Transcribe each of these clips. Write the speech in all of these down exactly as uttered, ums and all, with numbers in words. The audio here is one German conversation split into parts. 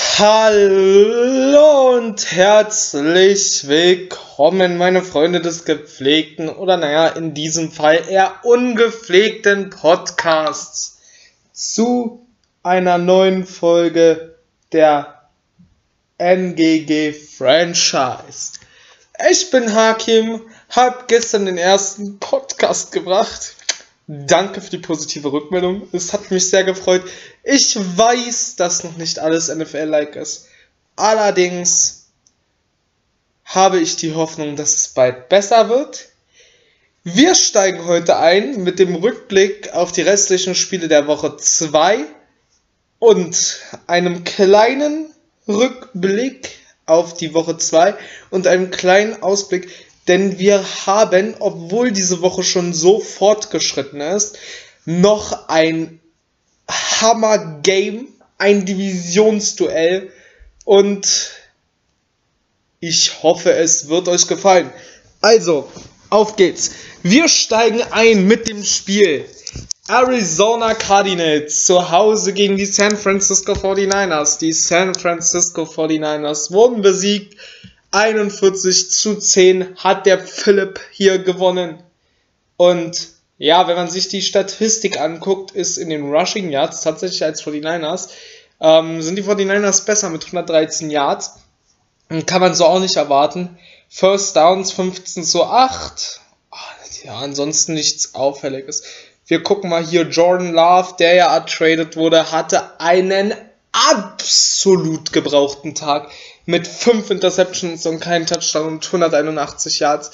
Hallo und herzlich willkommen, meine Freunde des gepflegten oder naja, in diesem Fall eher ungepflegten Podcasts zu einer neuen Folge der N G G Franchise. Ich bin Hakim, hab gestern den ersten Podcast gebracht. Danke für die positive Rückmeldung. Es hat mich sehr gefreut. Ich weiß, dass noch nicht alles N F L-like ist. Allerdings habe ich die Hoffnung, dass es bald besser wird. Wir steigen heute ein mit dem Rückblick auf die restlichen Spiele der Woche zwei und einem kleinen Rückblick auf die Woche zwei und einem kleinen Ausblick. Denn wir haben, obwohl diese Woche schon so fortgeschritten ist, noch ein Hammer-Game, ein Divisionsduell und ich hoffe, es wird euch gefallen. Also, auf geht's. Wir steigen ein mit dem Spiel Arizona Cardinals zu Hause gegen die San Francisco forty-niners. Die San Francisco forty-niners wurden besiegt. einundvierzig zu zehn hat der Philipp hier gewonnen. Und ja, wenn man sich die Statistik anguckt, ist in den Rushing Yards tatsächlich als forty-niners, ähm, sind die forty-niners besser mit hundertdreizehn Yards. Kann man so auch nicht erwarten. First Downs fünfzehn zu acht. Ja, ansonsten nichts Auffälliges. Wir gucken mal hier, Jordan Love, der ja ertradet wurde, hatte einen absolut gebrauchten Tag mit fünf Interceptions und keinen Touchdown und hunderteinundachtzig Yards.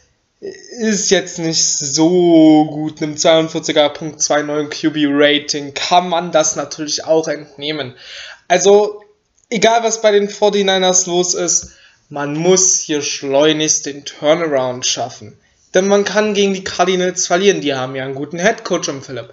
Ist jetzt nicht so gut. Einem zweiundvierziger Komma neunundzwanzig Q B Rating kann man das natürlich auch entnehmen. Also, egal was bei den forty-niners los ist, man muss hier schleunigst den Turnaround schaffen. Denn man kann gegen die Cardinals verlieren. Die haben ja einen guten Headcoach im Philipp.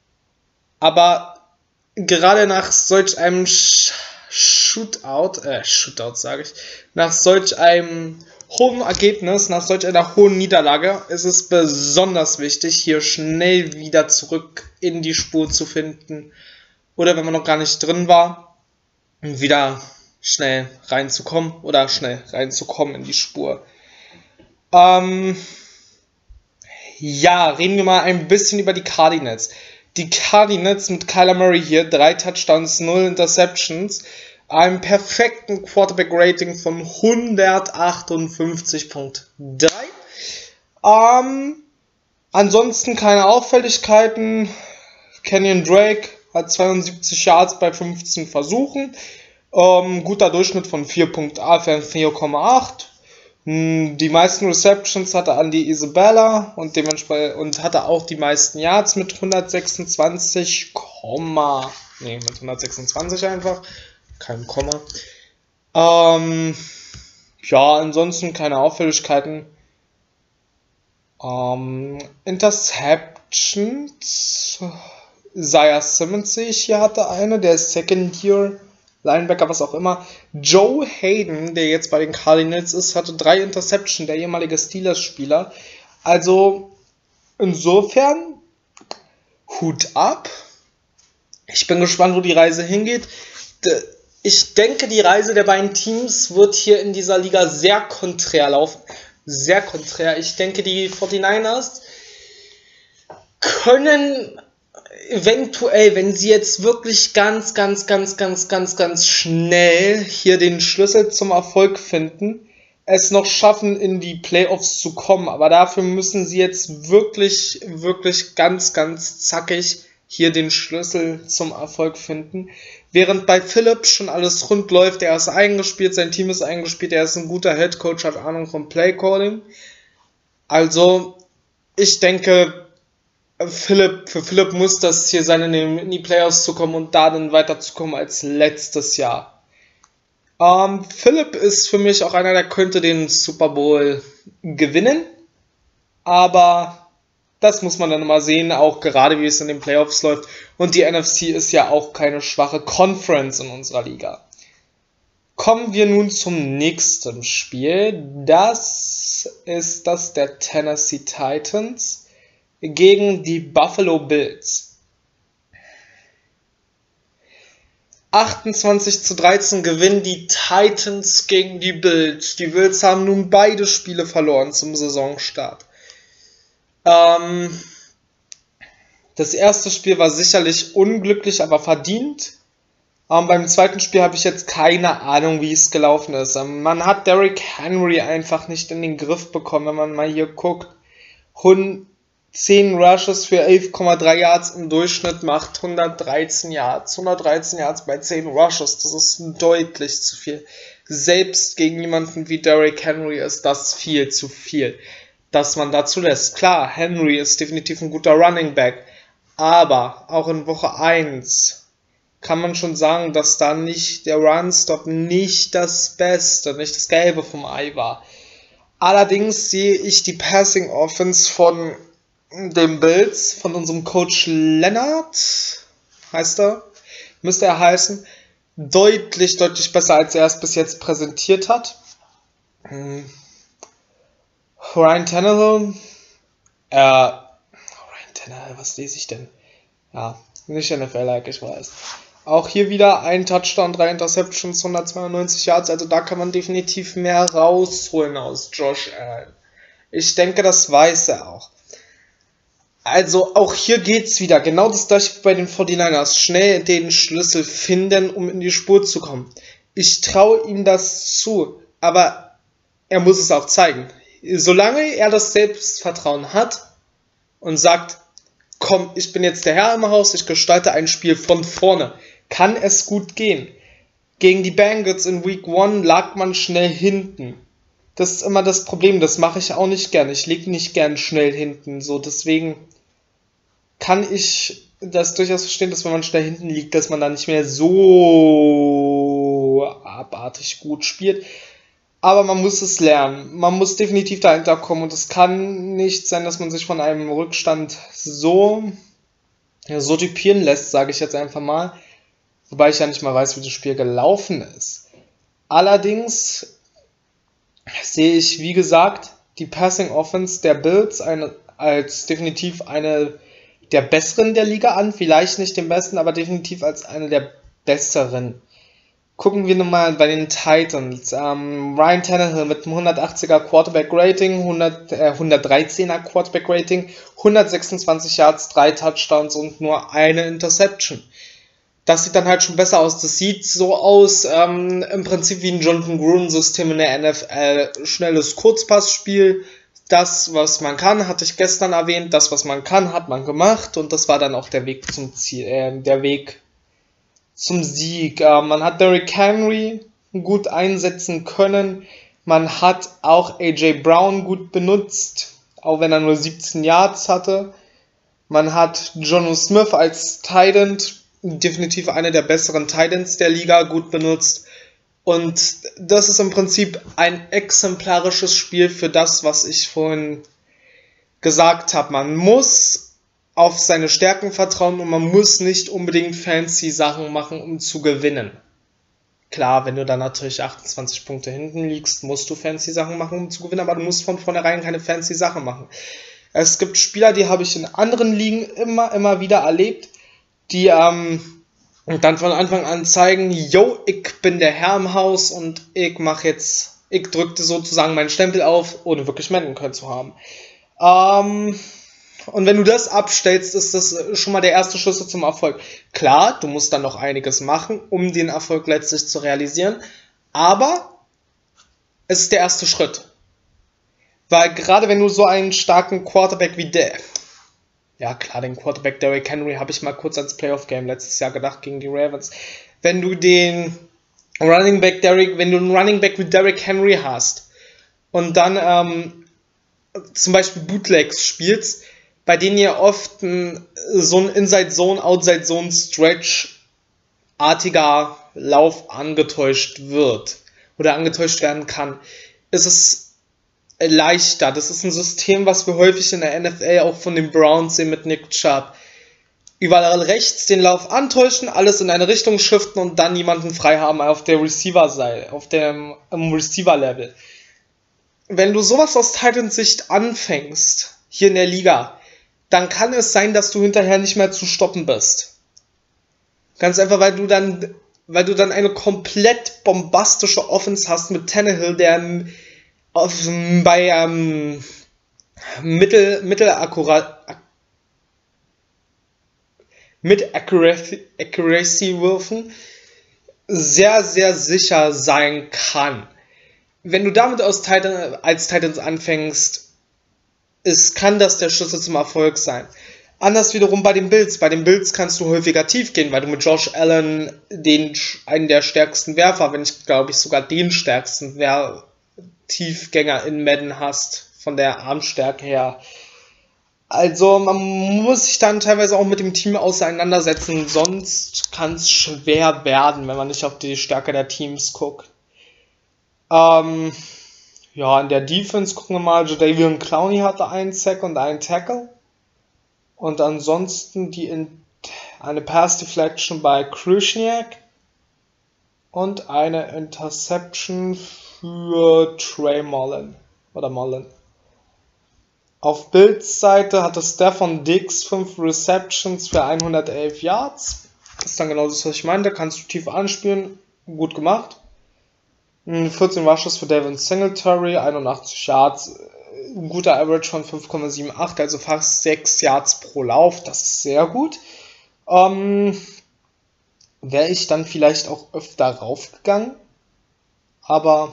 Aber gerade nach solch einem Sh- Shootout, äh, Shootout sage ich, nach solch einem hohen Ergebnis, nach solch einer hohen Niederlage, ist es besonders wichtig, hier schnell wieder zurück in die Spur zu finden. Oder wenn man noch gar nicht drin war, wieder schnell reinzukommen oder schnell reinzukommen in die Spur. Ähm, ja, reden wir mal ein bisschen über die Cardinals. Die Cardinals mit Kyler Murray hier, drei Touchdowns, null Interceptions, einem perfekten Quarterback-Rating von hundertachtundfünfzig Komma drei. Ähm, ansonsten keine Auffälligkeiten. Kenyon Drake hat zweiundsiebzig Yards bei fünfzehn Versuchen. Ähm, guter Durchschnitt von vier Komma acht. Die meisten Receptions hatte Andy Isabella und dementsprechend und hatte auch die meisten Yards mit hundertsechsundzwanzig, nee, mit hundertsechsundzwanzig einfach, kein Komma. Ähm, ja, ansonsten keine Auffälligkeiten. Ähm, Interceptions, Isaiah Simmons sehe ich hier hatte eine, der ist Second Year Linebacker, was auch immer. Joe Hayden, der jetzt bei den Cardinals ist, hatte drei Interceptions, der ehemalige Steelers-Spieler. Also insofern Hut ab. Ich bin gespannt, wo die Reise hingeht. Ich denke, die Reise der beiden Teams wird hier in dieser Liga sehr konträr laufen. Sehr konträr. Ich denke, die forty-niners können eventuell, wenn sie jetzt wirklich ganz, ganz, ganz, ganz, ganz, ganz schnell hier den Schlüssel zum Erfolg finden, es noch schaffen, in die Playoffs zu kommen. Aber dafür müssen sie jetzt wirklich, wirklich ganz, ganz zackig hier den Schlüssel zum Erfolg finden. Während bei Philipp schon alles rund läuft, er ist eingespielt, sein Team ist eingespielt, er ist ein guter Headcoach, hat Ahnung vom Playcalling. Also, ich denke, Philipp, für Philipp muss das hier sein, in die Playoffs zu kommen und da dann weiterzukommen als letztes Jahr. Ähm, Philipp ist für mich auch einer, der könnte den Super Bowl gewinnen, aber das muss man dann mal sehen, auch gerade wie es in den Playoffs läuft. Und die N F C ist ja auch keine schwache Conference in unserer Liga. Kommen wir nun zum nächsten Spiel. Das ist das der Tennessee Titans gegen die Buffalo Bills. achtundzwanzig zu dreizehn gewinnen die Titans gegen die Bills. Die Bills haben nun beide Spiele verloren zum Saisonstart. Ähm, das erste Spiel war sicherlich unglücklich, aber verdient. Ähm, beim zweiten Spiel habe ich jetzt keine Ahnung, wie es gelaufen ist. Ähm, man hat Derrick Henry einfach nicht in den Griff bekommen, wenn man mal hier guckt. zehn Rushes für elf Komma drei Yards im Durchschnitt macht hundertdreizehn Yards. hundertdreizehn Yards bei zehn Rushes, das ist deutlich zu viel. Selbst gegen jemanden wie Derrick Henry ist das viel zu viel, dass man dazu lässt. Klar, Henry ist definitiv ein guter Running Back, aber auch in Woche eins kann man schon sagen, dass da nicht der Run-Stop nicht das Beste, nicht das Gelbe vom Ei war. Allerdings sehe ich die Passing Offense von dem Bills, von unserem Coach Leonard, heißt er, müsste er heißen, deutlich, deutlich besser, als er es bis jetzt präsentiert hat. Hm. Ryan Tannehill, äh, Ryan Tannehill, was lese ich denn? Ja, nicht N F L-like, ich weiß. Auch hier wieder ein Touchdown, drei Interceptions, hundertzweiundneunzig Yards, also da kann man definitiv mehr rausholen aus Josh Allen. Ich denke, das weiß er auch. Also auch hier geht's wieder, genau das gleiche wie bei den forty-niners, schnell den Schlüssel finden, um in die Spur zu kommen. Ich traue ihm das zu, aber er muss es auch zeigen. Solange er das Selbstvertrauen hat und sagt, komm, ich bin jetzt der Herr im Haus, ich gestalte ein Spiel von vorne, kann es gut gehen. Gegen die Bengals in Week one lag man schnell hinten. Das ist immer das Problem, das mache ich auch nicht gern. Ich liege nicht gern schnell hinten, so deswegen kann ich das durchaus verstehen, dass wenn man schnell hinten liegt, dass man dann nicht mehr so abartig gut spielt. Aber man muss es lernen. Man muss definitiv dahinter kommen und es kann nicht sein, dass man sich von einem Rückstand so, ja, so typieren lässt, sage ich jetzt einfach mal. Wobei ich ja nicht mal weiß, wie das Spiel gelaufen ist. Allerdings sehe ich, wie gesagt, die Passing Offense der Bills eine, als definitiv eine der besseren der Liga an. Vielleicht nicht den besten, aber definitiv als eine der besseren. Gucken wir nochmal bei den Titans. Ähm, Ryan Tannehill mit einem hundertachtziger Quarterback-Rating, hundert, äh, hundertdreizehner Quarterback-Rating, hundertsechsundzwanzig Yards, drei Touchdowns und nur eine Interception. Das sieht dann halt schon besser aus. Das sieht so aus, ähm, im Prinzip wie ein Jonathan Gruden-System in der N F L. Schnelles Kurzpassspiel. Das, was man kann, hatte ich gestern erwähnt. Das, was man kann, hat man gemacht. Und das war dann auch der Weg zum Ziel, äh, der Weg zum Sieg. Äh, man hat Derrick Henry gut einsetzen können. Man hat auch A J Brown gut benutzt, auch wenn er nur siebzehn Yards hatte. Man hat Jonnu Smith als Tight End, definitiv einer der besseren Tight Ends der Liga, gut benutzt. Und das ist im Prinzip ein exemplarisches Spiel für das, was ich vorhin gesagt habe. Man muss auf seine Stärken vertrauen und man muss nicht unbedingt fancy Sachen machen, um zu gewinnen. Klar, wenn du dann natürlich achtundzwanzig Punkte hinten liegst, musst du fancy Sachen machen, um zu gewinnen, aber du musst von vornherein keine fancy Sachen machen. Es gibt Spieler, die habe ich in anderen Ligen immer, immer wieder erlebt, die ähm, dann von Anfang an zeigen, yo, ich bin der Herr im Haus und ich mache jetzt, ich drückte sozusagen meinen Stempel auf, ohne wirklich melden können zu haben. Ähm, und wenn du das abstellst, ist das schon mal der erste Schlüssel zum Erfolg. Klar, du musst dann noch einiges machen, um den Erfolg letztlich zu realisieren, aber es ist der erste Schritt. Weil gerade wenn du so einen starken Quarterback wie der, ja klar, den Quarterback Derrick Henry habe ich mal kurz ans Playoff-Game letztes Jahr gedacht gegen die Ravens. Wenn du den Running Back Derrick, wenn du einen Running Back wie Derrick Henry hast und dann ähm, zum Beispiel Bootlegs spielst, bei denen ihr oft ein, so ein Inside-Zone, Outside-Zone Stretch-artiger Lauf angetäuscht wird oder angetäuscht werden kann, ist es leichter. Das ist ein System, was wir häufig in der N F L auch von den Browns sehen mit Nick Chubb. Überall rechts den Lauf antäuschen, alles in eine Richtung shiften und dann jemanden frei haben auf der Receiver-Seite, auf dem Receiver-Level. Wenn du sowas aus Titans-Sicht anfängst, hier in der Liga, dann kann es sein, dass du hinterher nicht mehr zu stoppen bist. Ganz einfach, weil du dann weil du dann eine komplett bombastische Offense hast mit Tannehill, der auf, bei ähm, mittel, mittelakkurat mit Accuracy, Accuracy-Würfen sehr, sehr sicher sein kann. Wenn du damit aus Titan, als Titans anfängst, ist, kann das der Schlüssel zum Erfolg sein. Anders wiederum bei den Bills. Bei den Bills kannst du häufiger tief gehen, weil du mit Josh Allen den, einen der stärksten Werfer, wenn nicht, glaube ich, sogar den stärksten Wer- Tiefgänger in Madden hast, von der Armstärke her. Also man muss sich dann teilweise auch mit dem Team auseinandersetzen, sonst kann es schwer werden, wenn man nicht auf die Stärke der Teams guckt. Ähm, ja, in der Defense gucken wir mal, Jadeveon Clowney hatte einen Sack und einen Tackle. Und ansonsten die in, eine Pass Deflection bei Krishniak und eine Interception für Trey Mullen oder Mullen. Auf Bills Seite hatte Stefon Diggs fünf Receptions für hundertelf Yards. Das ist dann genau das, was ich meinte. Kannst du tief anspielen. Gut gemacht. vierzehn Rushes für Devin Singletary, einundachtzig Yards. Ein guter Average von fünf Komma achtzig, also fast sechs Yards pro Lauf. Das ist sehr gut. Ähm, Wäre ich dann vielleicht auch öfter raufgegangen. Aber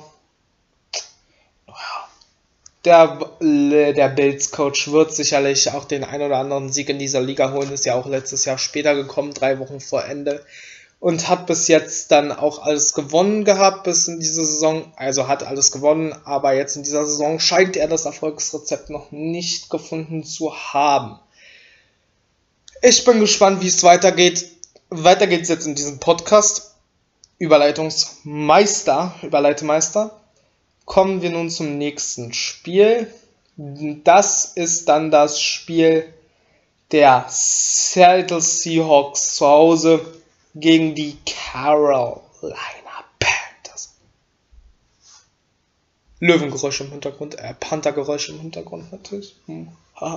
Der, der Bills-Coach wird sicherlich auch den ein oder anderen Sieg in dieser Liga holen. Ist ja auch letztes Jahr später gekommen, drei Wochen vor Ende. Und hat bis jetzt dann auch alles gewonnen gehabt, bis in diese Saison. Also hat alles gewonnen, aber jetzt in dieser Saison scheint er das Erfolgsrezept noch nicht gefunden zu haben. Ich bin gespannt, wie es weitergeht. Weiter geht's jetzt in diesem Podcast. Überleitungsmeister, Überleitemeister. Kommen wir nun zum nächsten Spiel. Das ist dann das Spiel der Seattle Seahawks zu Hause gegen die Carolina Panthers. Löwengeräusch im Hintergrund, äh, Panthergeräusch im Hintergrund natürlich. Hm.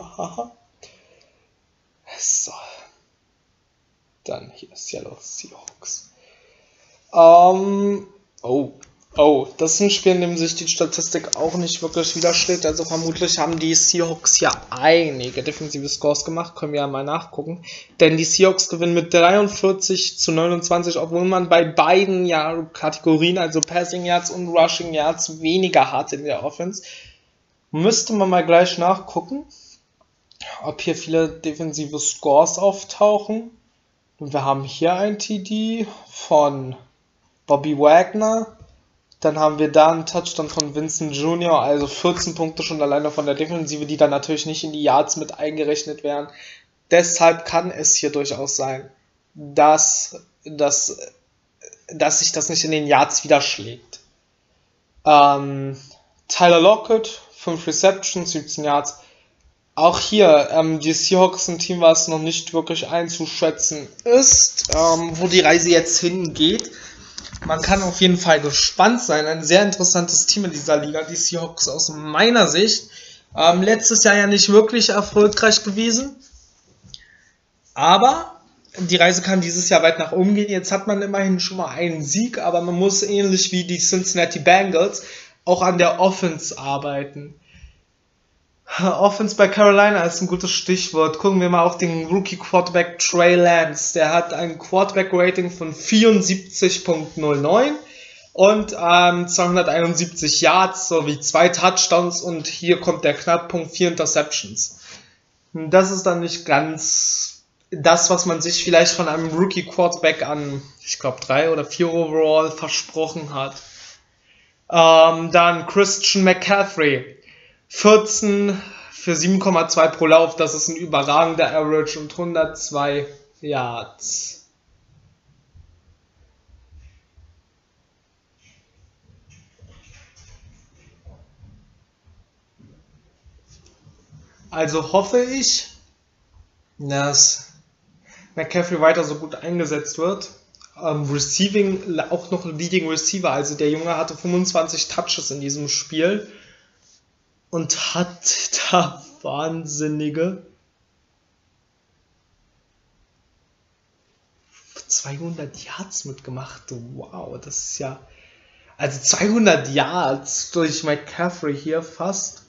So. Dann hier Seattle Seahawks. Ähm, oh. Oh, das ist ein Spiel, in dem sich die Statistik auch nicht wirklich widerschlägt. Also vermutlich haben die Seahawks ja einige defensive Scores gemacht. Können wir ja mal nachgucken. Denn die Seahawks gewinnen mit dreiundvierzig zu neunundzwanzig, obwohl man bei beiden ja Kategorien, also Passing Yards und Rushing Yards, weniger hat in der Offense. Müsste man mal gleich nachgucken, ob hier viele defensive Scores auftauchen. Und wir haben hier ein T D von Bobby Wagner. Dann haben wir da einen Touchdown von Vincent Junior, also vierzehn Punkte schon alleine von der Defensive, die dann natürlich nicht in die Yards mit eingerechnet werden. Deshalb kann es hier durchaus sein, dass, dass, dass sich das nicht in den Yards widerschlägt. Ähm, Tyler Lockett, fünf Receptions, siebzehn Yards. Auch hier, ähm, die Seahawks ein Team, was noch nicht wirklich einzuschätzen ist, ähm, wo die Reise jetzt hingeht. Man kann auf jeden Fall gespannt sein. Ein sehr interessantes Team in dieser Liga, die Seahawks aus meiner Sicht. Ähm, letztes Jahr ja nicht wirklich erfolgreich gewesen. Aber die Reise kann dieses Jahr weit nach oben gehen. Jetzt hat man immerhin schon mal einen Sieg, aber man muss ähnlich wie die Cincinnati Bengals auch an der Offense arbeiten. Offense bei Carolina ist ein gutes Stichwort. Gucken wir mal auf den Rookie-Quarterback Trey Lance. Der hat ein Quarterback-Rating von vierundsiebzig Komma null neun und ähm, zweihunderteinundsiebzig Yards sowie zwei Touchdowns und hier kommt der Knackpunkt, vier Interceptions. Das ist dann nicht ganz das, was man sich vielleicht von einem Rookie-Quarterback an, ich glaube, drei oder vier overall versprochen hat. Ähm, dann Christian McCaffrey. vierzehn für sieben Komma zwei pro Lauf, das ist ein überragender Average und hundertzwei Yards. Also hoffe ich, dass McCaffrey weiter so gut eingesetzt wird. Ähm, Receiving, auch noch Leading Receiver, also der Junge hatte fünfundzwanzig Touches in diesem Spiel und hat da wahnsinnige zweihundert Yards mitgemacht. Wow, das ist ja... Also zweihundert Yards durch McCaffrey hier fast.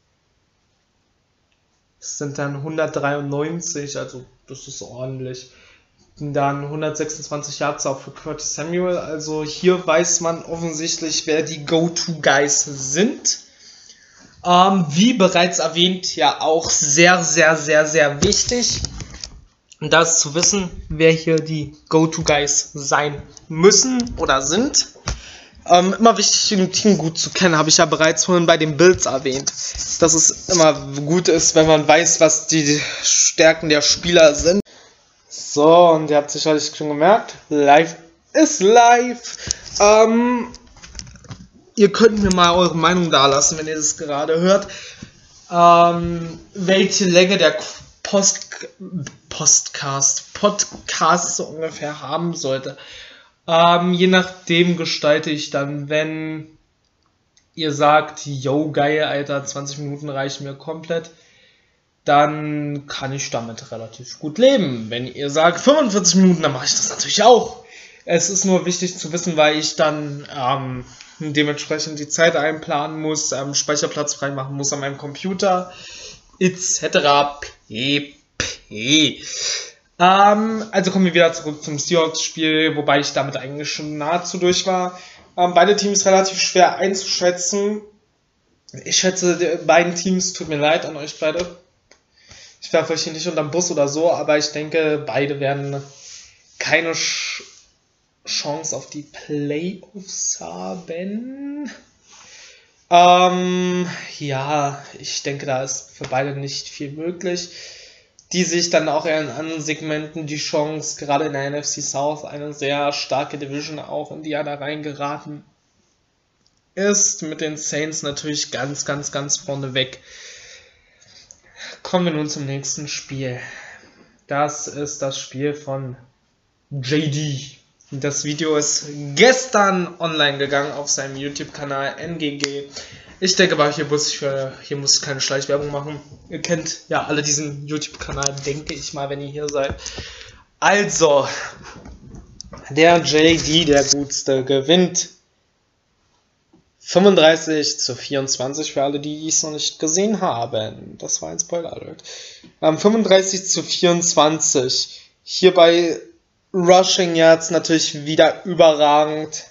Das sind dann hundertdreiundneunzig, also das ist ordentlich. Und dann hundertsechsundzwanzig Yards auch für Curtis Samuel. Also hier weiß man offensichtlich, wer die Go-To-Guys sind. Ähm, wie bereits erwähnt, ja auch sehr, sehr, sehr, sehr wichtig. Und das zu wissen, wer hier die Go-To-Guys sein müssen oder sind. Ähm, immer wichtig, ein Team gut zu kennen, habe ich ja bereits vorhin bei den Bills erwähnt. Dass es immer gut ist, wenn man weiß, was die Stärken der Spieler sind. So, und ihr habt sicherlich schon gemerkt, live ist live. Ähm, ihr könnt mir mal eure Meinung da lassen, wenn ihr das gerade hört. Ähm, welche Länge der Post Postcast, Podcast so ungefähr haben sollte. Ähm, je nachdem gestalte ich dann, wenn ihr sagt, yo, geil, Alter, zwanzig Minuten reichen mir komplett, dann kann ich damit relativ gut leben. Wenn ihr sagt fünfundvierzig Minuten, dann mache ich das natürlich auch. Es ist nur wichtig zu wissen, weil ich dann ähm, dementsprechend die Zeit einplanen muss, ähm, Speicherplatz freimachen muss an meinem Computer, et cetera pp. Ähm, also kommen wir wieder zurück zum Seahawks-Spiel, wobei ich damit eigentlich schon nahezu durch war. Ähm, beide Teams relativ schwer einzuschätzen. Ich schätze, die beiden Teams, tut mir leid an euch beide. Ich werfe euch hier nicht unterm Bus oder so, aber ich denke, beide werden keine Sch- Chance auf die Playoffs haben. Ähm, ja, ich denke, da ist für beide nicht viel möglich. Die sich dann auch in anderen Segmenten die Chance, gerade in der N F C South, eine sehr starke Division auch, in die er da reingeraten ist, mit den Saints natürlich ganz, ganz, ganz vorne weg. Kommen wir nun zum nächsten Spiel. Das ist das Spiel von J D. Das Video ist gestern online gegangen auf seinem YouTube-Kanal N G G. Ich denke aber, hier muss ich, für, hier muss ich keine Schleichwerbung machen. Ihr kennt ja alle diesen YouTube-Kanal, denke ich mal, wenn ihr hier seid. Also, der J D, der Gutste, gewinnt fünfunddreißig zu vierundzwanzig für alle, die es noch nicht gesehen haben. Das war ein Spoiler-Alert. Ähm, fünfunddreißig zu vierundzwanzig. Hier bei Rushing Yards natürlich wieder überragend.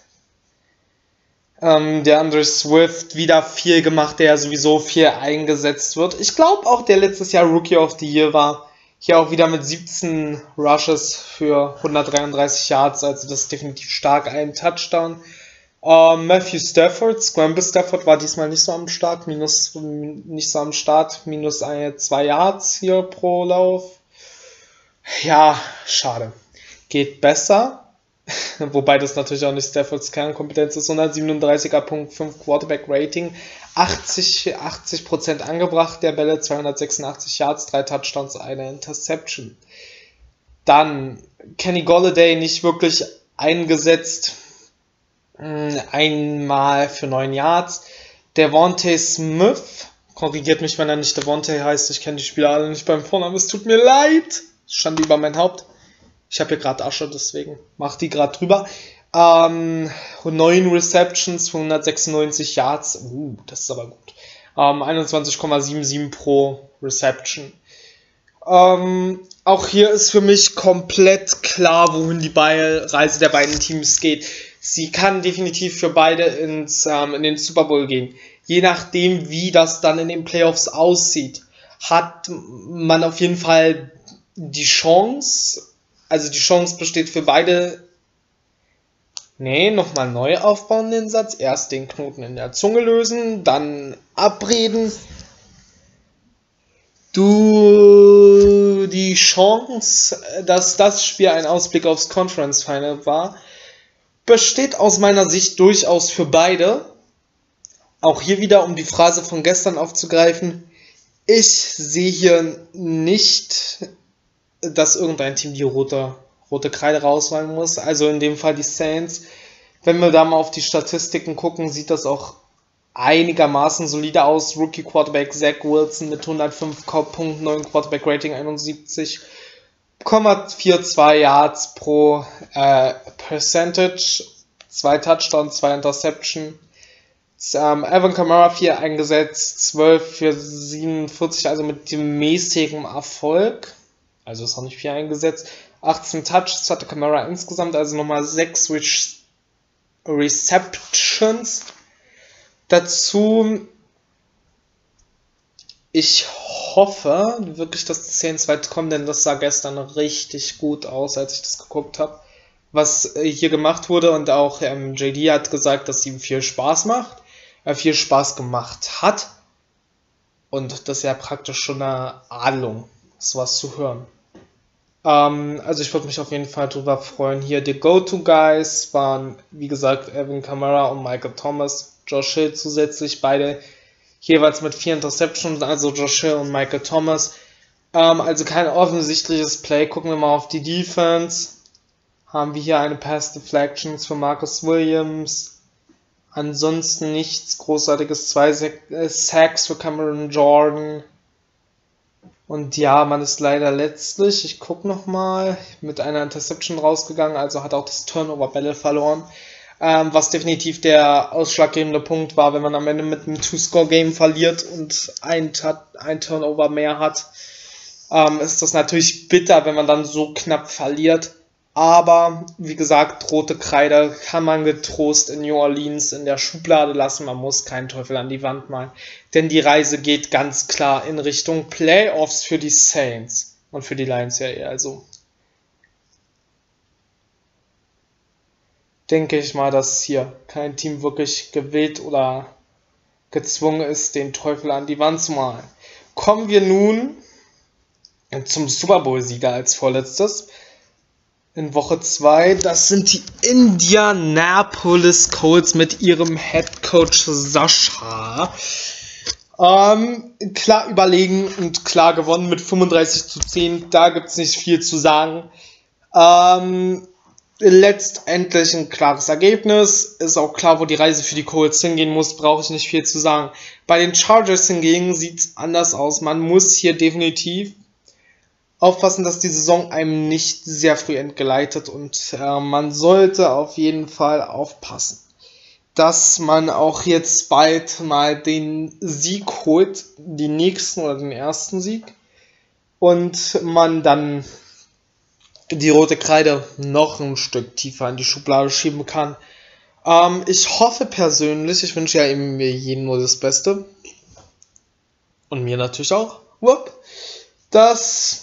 Ähm, der Andre Swift wieder viel gemacht, der sowieso viel eingesetzt wird. Ich glaube auch, der letztes Jahr Rookie of the Year war. Hier auch wieder mit siebzehn Rushes für hundertdreiunddreißig Yards, also das ist definitiv stark, ein Touchdown. Uh, Matthew Stafford, Scramble Stafford war diesmal nicht so am Start, minus, nicht so am Start, minus zwei Yards hier pro Lauf. Ja, schade. Geht besser. Wobei das natürlich auch nicht Staffords Kernkompetenz ist. hundertsiebenunddreißiger Komma fünf Quarterback Rating. achtzig Prozent angebracht der Bälle, zweihundertsechsundachtzig Yards, drei Touchdowns, eine Interception. Dann Kenny Golladay nicht wirklich eingesetzt. Einmal für neun Yards. Devontae Smith. Korrigiert mich, wenn er nicht Devontae heißt. Ich kenne die Spieler alle nicht beim Vornamen. Es tut mir leid. Stand über mein Haupt. Ich habe hier gerade Asche, deswegen mach die gerade drüber. Ähm, neun Receptions für hundertsechsundneunzig Yards. Uh, das ist aber gut. Ähm, einundzwanzig Komma siebenundsiebzig pro Reception. Ähm, auch hier ist für mich komplett klar, wohin die Reise der beiden Teams geht. Sie kann definitiv für beide ins, ähm, in den Super Bowl gehen. Je nachdem, wie das dann in den Playoffs aussieht, hat man auf jeden Fall die Chance, also die Chance besteht für beide. Nee, nochmal neu aufbauen den Satz. Erst den Knoten in der Zunge lösen, dann abreden. Du, die Chance, dass das Spiel ein Ausblick aufs Conference Final war, besteht aus meiner Sicht durchaus für beide. Auch hier wieder, um die Phrase von gestern aufzugreifen, ich sehe hier nicht, dass irgendein Team die rote, rote Kreide rausholen muss. Also in dem Fall die Saints. Wenn wir da mal auf die Statistiken gucken, sieht das auch einigermaßen solide aus. Rookie Quarterback Zach Wilson mit hundertfünf Komma neun Quarterback Rating, einundsiebzig Komma zweiundvierzig Yards pro äh, Percentage, zwei Touchdowns, zwei Interception. Ähm, Alvin Kamara vier eingesetzt, zwölf für siebenundvierzig, also mit dem mäßigen Erfolg. Also ist auch nicht viel eingesetzt. achtzehn Touches hatte Kamara insgesamt, also nochmal sechs Re- Receptions. Dazu, ich hoffe wirklich, dass die Saints weit kommen, denn das sah gestern richtig gut aus, als ich das geguckt habe, was äh, hier gemacht wurde. Und auch ähm, J D hat gesagt, dass ihm viel Spaß macht, er viel Spaß gemacht hat. Und das ist ja praktisch schon eine Adelung, sowas zu hören. Ähm, also ich würde mich auf jeden Fall drüber freuen. Hier die Go-To-Guys waren, wie gesagt, Alvin Kamara und Michael Thomas. Josh Hill zusätzlich, beide jeweils mit vier Interceptions, also Josh Hill und Michael Thomas. Ähm, also kein offensichtliches Play. Gucken wir mal auf die Defense. Haben wir hier eine Pass Deflections für Marcus Williams. Ansonsten nichts Großartiges. Zwei Sacks für Cameron Jordan. Und ja, man ist leider letztlich, ich gucke nochmal, mit einer Interception rausgegangen, also hat auch das Turnover-Battle verloren. Ähm, was definitiv der ausschlaggebende Punkt war, wenn man am Ende mit einem Two-Score-Game verliert und ein, ein Turnover mehr hat, ähm, ist das natürlich bitter, wenn man dann so knapp verliert. Aber, wie gesagt, rote Kreide kann man getrost in New Orleans in der Schublade lassen. Man muss keinen Teufel an die Wand malen. Denn die Reise geht ganz klar in Richtung Playoffs für die Saints. Und für die Lions ja eher so. Denke ich mal, dass hier kein Team wirklich gewillt oder gezwungen ist, den Teufel an die Wand zu malen. Kommen wir nun zum Super Bowl-Sieger als vorletztes. In Woche zwei, das sind die Indianapolis Colts mit ihrem Head Coach Sascha. Ähm, klar überlegen und klar gewonnen mit fünfunddreißig zu zehn, da gibt es nicht viel zu sagen. Ähm, letztendlich ein klares Ergebnis, ist auch klar, wo die Reise für die Colts hingehen muss, brauche ich nicht viel zu sagen. Bei den Chargers hingegen sieht es anders aus, man muss hier definitiv aufpassen, dass die Saison einem nicht sehr früh entgleitet und äh, man sollte auf jeden Fall aufpassen, dass man auch jetzt bald mal den Sieg holt, den nächsten oder den ersten Sieg und man dann die rote Kreide noch ein Stück tiefer in die Schublade schieben kann. Ähm, ich hoffe persönlich, ich wünsche ja eben mir jeden nur das Beste und mir natürlich auch, whoop, dass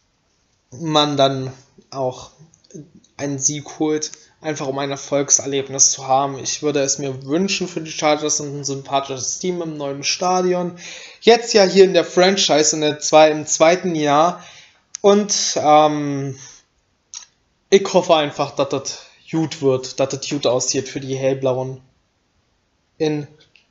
man dann auch einen Sieg holt, einfach um ein Erfolgserlebnis zu haben. Ich würde es mir wünschen für die Chargers, und ein sympathisches Team im neuen Stadion. Jetzt ja hier in der Franchise in der zwei, im zweiten Jahr. Und ähm, ich hoffe einfach, dass das gut wird, dass das gut aussieht für die Hellblauen in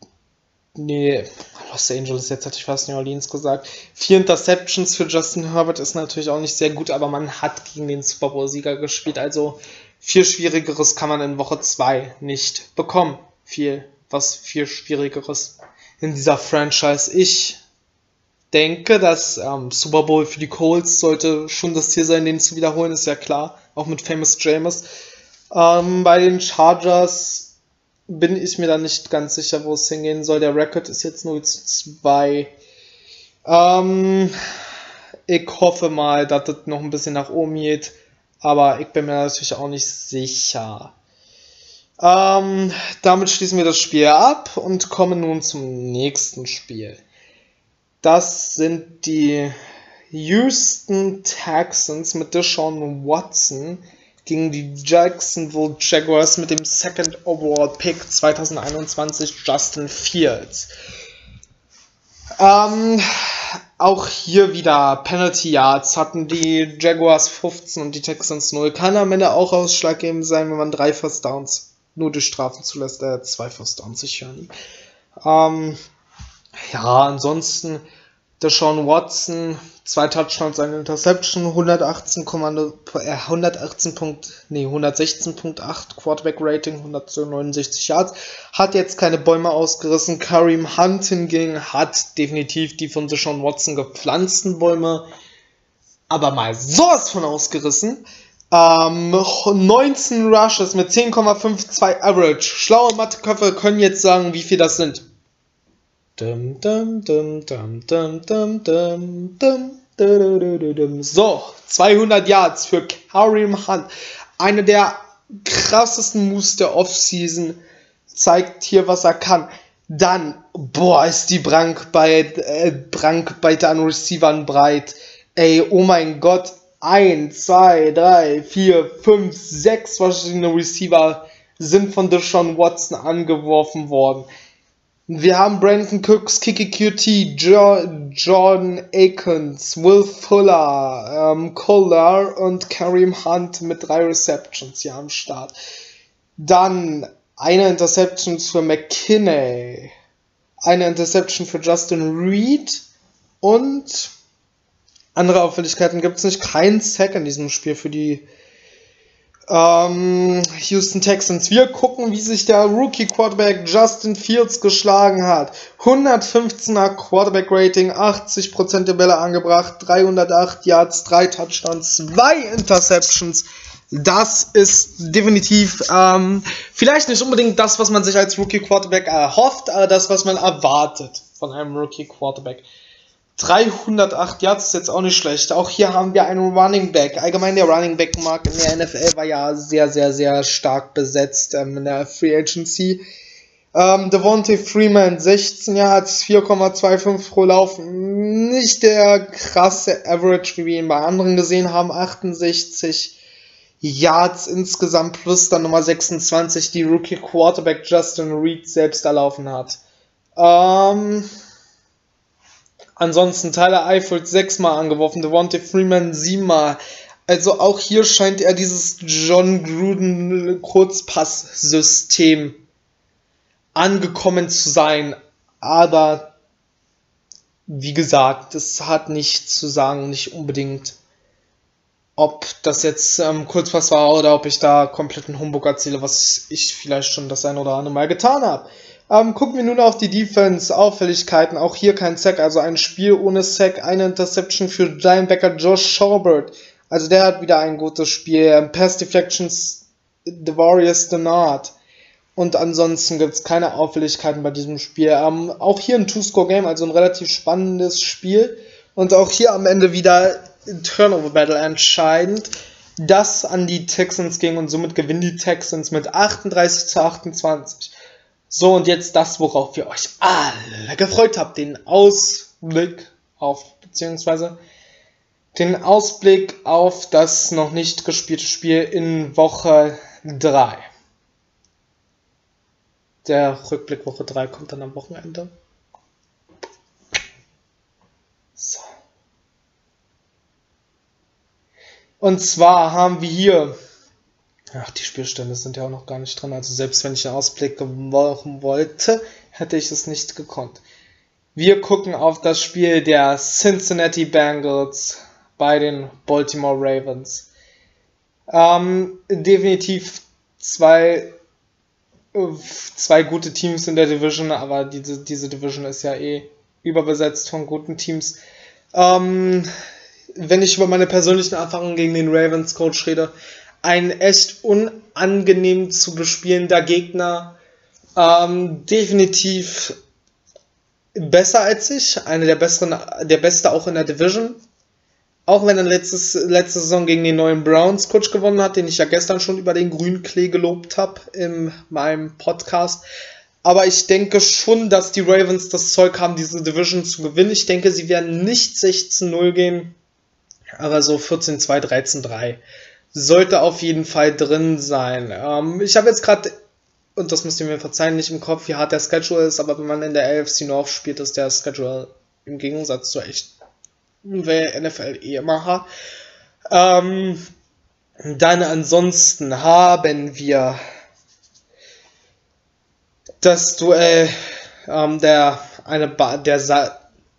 Nee, Los Angeles, jetzt hatte ich fast New Orleans gesagt. Vier Interceptions für Justin Herbert ist natürlich auch nicht sehr gut, aber man hat gegen den Super Bowl-Sieger gespielt, also viel Schwierigeres kann man in Woche zwei nicht bekommen. Viel, was viel Schwierigeres in dieser Franchise. Ich denke, dass ähm, Super Bowl für die Colts sollte schon das Ziel sein, den zu wiederholen, ist ja klar, auch mit Famous Jameis. Ähm, bei den Chargers bin ich mir da nicht ganz sicher, wo es hingehen soll. Der Record ist jetzt null zu zwei. Ähm, ich hoffe mal, dass das noch ein bisschen nach oben geht, aber ich bin mir natürlich auch nicht sicher. Ähm, damit schließen wir das Spiel ab und kommen nun zum nächsten Spiel. Das sind die Houston Texans mit Deshaun Watson gegen die Jacksonville Jaguars mit dem Second Overall Pick zwanzig einundzwanzig Justin Fields. Ähm, auch hier wieder Penalty Yards hatten die Jaguars fünfzehn und die Texans null. Kann am Ende auch ausschlaggebend sein, wenn man drei First Downs nur durch Strafen zulässt, äh, zwei First Downs sicher nie. Ähm, ja, ansonsten Deshaun Watson, zwei Touchdowns, eine Interception, hundertachtzehn, äh, hundertachtzehn Punkt, nee, hundertsechzehn Komma acht Quarterback Rating, hundertneunundsechzig Yards, hat jetzt keine Bäume ausgerissen. Kareem Hunt hingegen hat definitiv die von Deshaun Watson gepflanzten Bäume aber mal sowas von ausgerissen. Ähm, neunzehn Rushes mit zehn Komma zweiundfünfzig Average. Schlaue Matheköpfe können jetzt sagen, wie viel das sind. Dum, dum, dum, dum, dum, dum, dum, dum, dum, dum. So, zweihundert Yards für Kareem Hunt. Eine der krassesten Moves der Offseason. Zeigt hier, was er kann. Dann, boah, ist die Brankweite äh, Brankweite an Receivern breit. Ey, oh mein Gott. eins, zwei, drei, vier, fünf, sechs verschiedene Receiver sind von Deshaun Watson angeworfen worden. Wir haben Brandon Cooks, Kiki Q T, jo Jordan Akins, Will Fuller, ähm, Kohler und Kareem Hunt mit drei Receptions hier am Start. Dann eine Interception für McKinney, eine Interception für Justin Reed und andere Auffälligkeiten gibt es nicht. Kein Sack in diesem Spiel für die ähm, Houston Texans. Wir gucken, wie sich der Rookie-Quarterback Justin Fields geschlagen hat. hundertfünfzehner Quarterback-Rating, achtzig Prozent der Bälle angebracht, dreihundertacht Yards, drei Touchdowns, zwei Interceptions. Das ist definitiv ähm, vielleicht nicht unbedingt das, was man sich als Rookie-Quarterback erhofft, aber das, was man erwartet von einem Rookie-Quarterback. dreihundertacht Yards ist jetzt auch nicht schlecht. Auch hier haben wir einen Running Back. Allgemein der Running Back Markt in der N F L war ja sehr, sehr, sehr stark besetzt ähm, in der Free Agency. Ähm, Devontae Freeman, sechzehn Yards, vier Komma fünfundzwanzig pro Lauf. Nicht der krasse Average, wie wir ihn bei anderen gesehen haben. achtundsechzig Yards insgesamt plus dann Nummer sechsundzwanzig, die Rookie Quarterback Justin Reed selbst erlaufen hat. Ähm... Ansonsten Tyler Eifert sechsmal angeworfen, Devontae Freeman siebenmal. Also auch hier scheint er dieses John Gruden Kurzpass-System angekommen zu sein. Aber wie gesagt, es hat nichts zu sagen, nicht unbedingt, ob das jetzt ähm, Kurzpass war oder ob ich da kompletten Humbug erzähle, was ich vielleicht schon das ein oder andere Mal getan habe. Ähm, gucken wir nun auf die Defense, Auffälligkeiten, auch hier kein Sack, also ein Spiel ohne Sack, eine Interception für Linebacker Josh Schaubert, also der hat wieder ein gutes Spiel, Pass Deflections, Devarius Dennard, und ansonsten gibt es keine Auffälligkeiten bei diesem Spiel. Ähm, auch hier ein Two-Score-Game, also ein relativ spannendes Spiel, und auch hier am Ende wieder Turnover-Battle entscheidend, das an die Texans ging, und somit gewinnen die Texans mit achtunddreißig zu achtundzwanzig. So, und jetzt das, worauf ihr euch alle gefreut habt, den Ausblick auf, beziehungsweise den Ausblick auf das noch nicht gespielte Spiel in Woche drei. Der Rückblick Woche drei kommt dann am Wochenende. So. Und zwar haben wir hier, ach, die Spielstände sind ja auch noch gar nicht drin, also selbst wenn ich einen Ausblick machen wollte, hätte ich es nicht gekonnt. Wir gucken auf das Spiel der Cincinnati Bengals bei den Baltimore Ravens. Ähm, definitiv zwei, zwei gute Teams in der Division, aber diese, diese Division ist ja eh überbesetzt von guten Teams. Ähm, wenn ich über meine persönlichen Erfahrungen gegen den Ravens-Coach rede, ein echt unangenehm zu bespielender Gegner, ähm, definitiv besser als ich, eine der besseren, der beste auch in der Division, auch wenn er letztes, letzte Saison gegen den neuen Browns Coach gewonnen hat, den ich ja gestern schon über den grünen Klee gelobt habe in meinem Podcast, aber ich denke schon, dass die Ravens das Zeug haben, diese Division zu gewinnen. Ich denke, sie werden nicht sechzehn null gehen, aber so vierzehn zwei, dreizehn drei. Sollte auf jeden Fall drin sein. Ähm, ich habe jetzt gerade, und das müsst ihr mir verzeihen, nicht im Kopf, wie hart der Schedule ist, aber wenn man in der A F C North spielt, ist der Schedule im Gegensatz zu echt N F L eh immer hart. Ähm, dann ansonsten haben wir das Duell ähm, der eine ba der Sa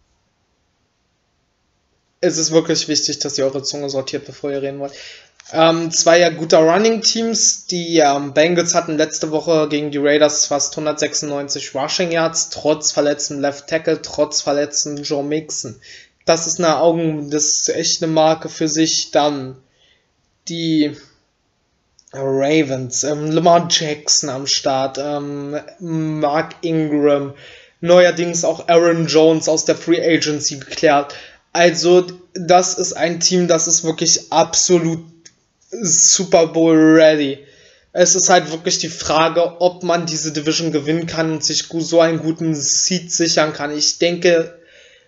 es ist wirklich wichtig, dass ihr eure Zunge sortiert, bevor ihr reden wollt. Ähm, zwei ja guter Running-Teams. Die ähm, Bengals hatten letzte Woche gegen die Raiders fast hundertsechsundneunzig Rushing Yards, trotz verletzten Left Tackle, trotz verletzten Joe Mixon. Das ist eine Augen, das ist echt eine Marke für sich. Dann die Ravens, ähm, Lamar Jackson am Start, ähm, Mark Ingram, neuerdings auch Aaron Jones aus der Free Agency geklärt. Also das ist ein Team, das ist wirklich absolut Super Bowl ready. Es ist halt wirklich die Frage, ob man diese Division gewinnen kann und sich so einen guten Seed sichern kann. Ich denke,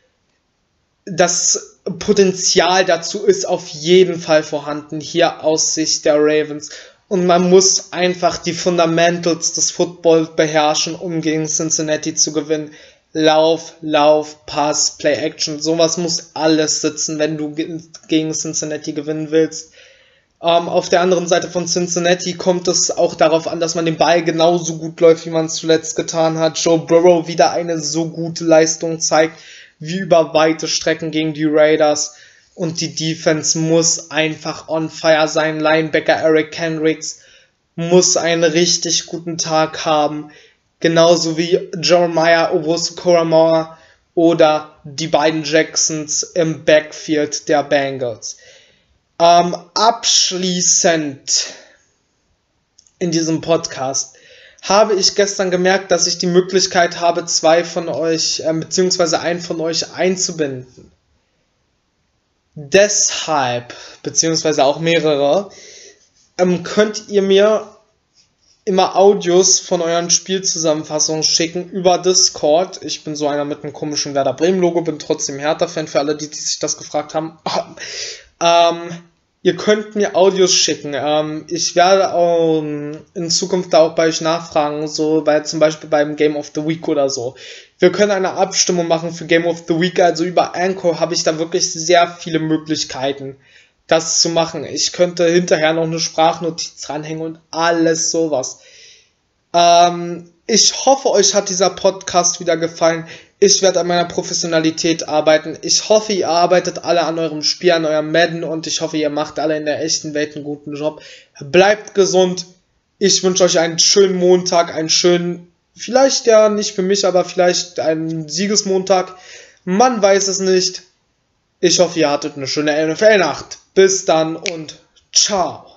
das Potenzial dazu ist auf jeden Fall vorhanden, hier aus Sicht der Ravens. Und man muss einfach die Fundamentals des Footballs beherrschen, um gegen Cincinnati zu gewinnen. Lauf, Lauf, Pass, Play, Action, sowas muss alles sitzen, wenn du gegen Cincinnati gewinnen willst. Ähm, auf der anderen Seite von Cincinnati kommt es auch darauf an, dass man den Ball genauso gut läuft, wie man es zuletzt getan hat. Joe Burrow wieder eine so gute Leistung zeigt, wie über weite Strecken gegen die Raiders. Und die Defense muss einfach on fire sein. Linebacker Eric Kendricks muss einen richtig guten Tag haben. Genauso wie Jeremiah Owusu-Koramoah oder die beiden Jacksons im Backfield der Bengals. Ähm, abschließend in diesem Podcast habe ich gestern gemerkt, dass ich die Möglichkeit habe, zwei von euch, äh, beziehungsweise einen von euch einzubinden. Deshalb, beziehungsweise auch mehrere, ähm, könnt ihr mir immer Audios von euren Spielzusammenfassungen schicken über Discord. Ich bin so einer mit einem komischen Werder Bremen Logo, bin trotzdem Hertha-Fan für alle, die, die sich das gefragt haben. ähm, ihr könnt mir Audios schicken. Ähm, ich werde auch in Zukunft da auch bei euch nachfragen, so bei zum Beispiel beim Game of the Week oder so. Wir können eine Abstimmung machen für Game of the Week, also über Anchor habe ich da wirklich sehr viele Möglichkeiten, das zu machen. Ich könnte hinterher noch eine Sprachnotiz ranhängen und alles sowas. Ähm, ich hoffe, euch hat dieser Podcast wieder gefallen. Ich werde an meiner Professionalität arbeiten. Ich hoffe, ihr arbeitet alle an eurem Spiel, an eurem Madden und ich hoffe, ihr macht alle in der echten Welt einen guten Job. Bleibt gesund. Ich wünsche euch einen schönen Montag, einen schönen, vielleicht ja nicht für mich, aber vielleicht einen Siegesmontag. Man weiß es nicht. Ich hoffe, ihr hattet eine schöne N F L-Nacht. Bis dann und ciao.